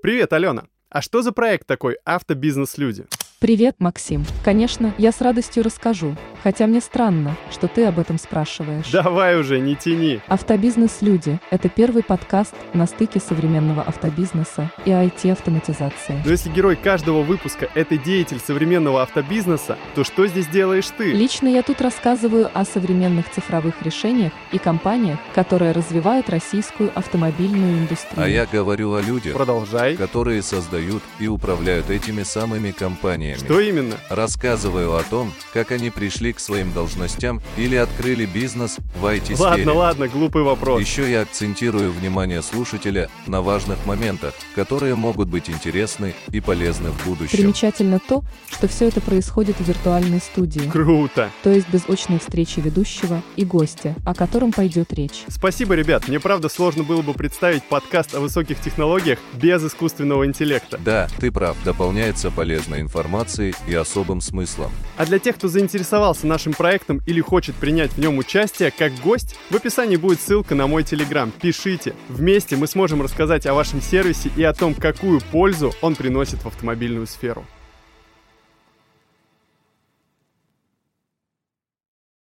Привет, Алена. А что за проект такой «Автобизнес-люди»? Привет, Максим. Конечно, я с радостью расскажу, хотя мне странно, что ты об этом спрашиваешь. Давай уже, не тяни. «Автобизнес-люди» — это первый подкаст на стыке современного автобизнеса и IT-автоматизации. Но если герой каждого выпуска — это деятель современного автобизнеса, то что здесь делаешь ты? Лично я тут рассказываю о современных цифровых решениях и компаниях, которые развивают российскую автомобильную индустрию. А я говорю о людях, Продолжай. которые создают и управляют этими самыми компаниями. Что именно? Рассказываю о том, как они пришли к своим должностям или открыли бизнес в IT-сфере. Ладно, глупый вопрос. Еще я акцентирую внимание слушателя на важных моментах, которые могут быть интересны и полезны в будущем. Примечательно то, что все это происходит в виртуальной студии, Круто. то есть без очной встречи ведущего и гостя, о котором пойдет речь. Спасибо, ребят. Мне правда сложно было бы представить подкаст о высоких технологиях без искусственного интеллекта. Да, ты прав, дополняется полезной информацией и особым смыслом. А для тех, кто заинтересовался нашим проектом или хочет принять в нем участие как гость, в описании будет ссылка на мой Telegram. Пишите. Вместе мы сможем рассказать о вашем сервисе и о том, какую пользу он приносит в автомобильную сферу.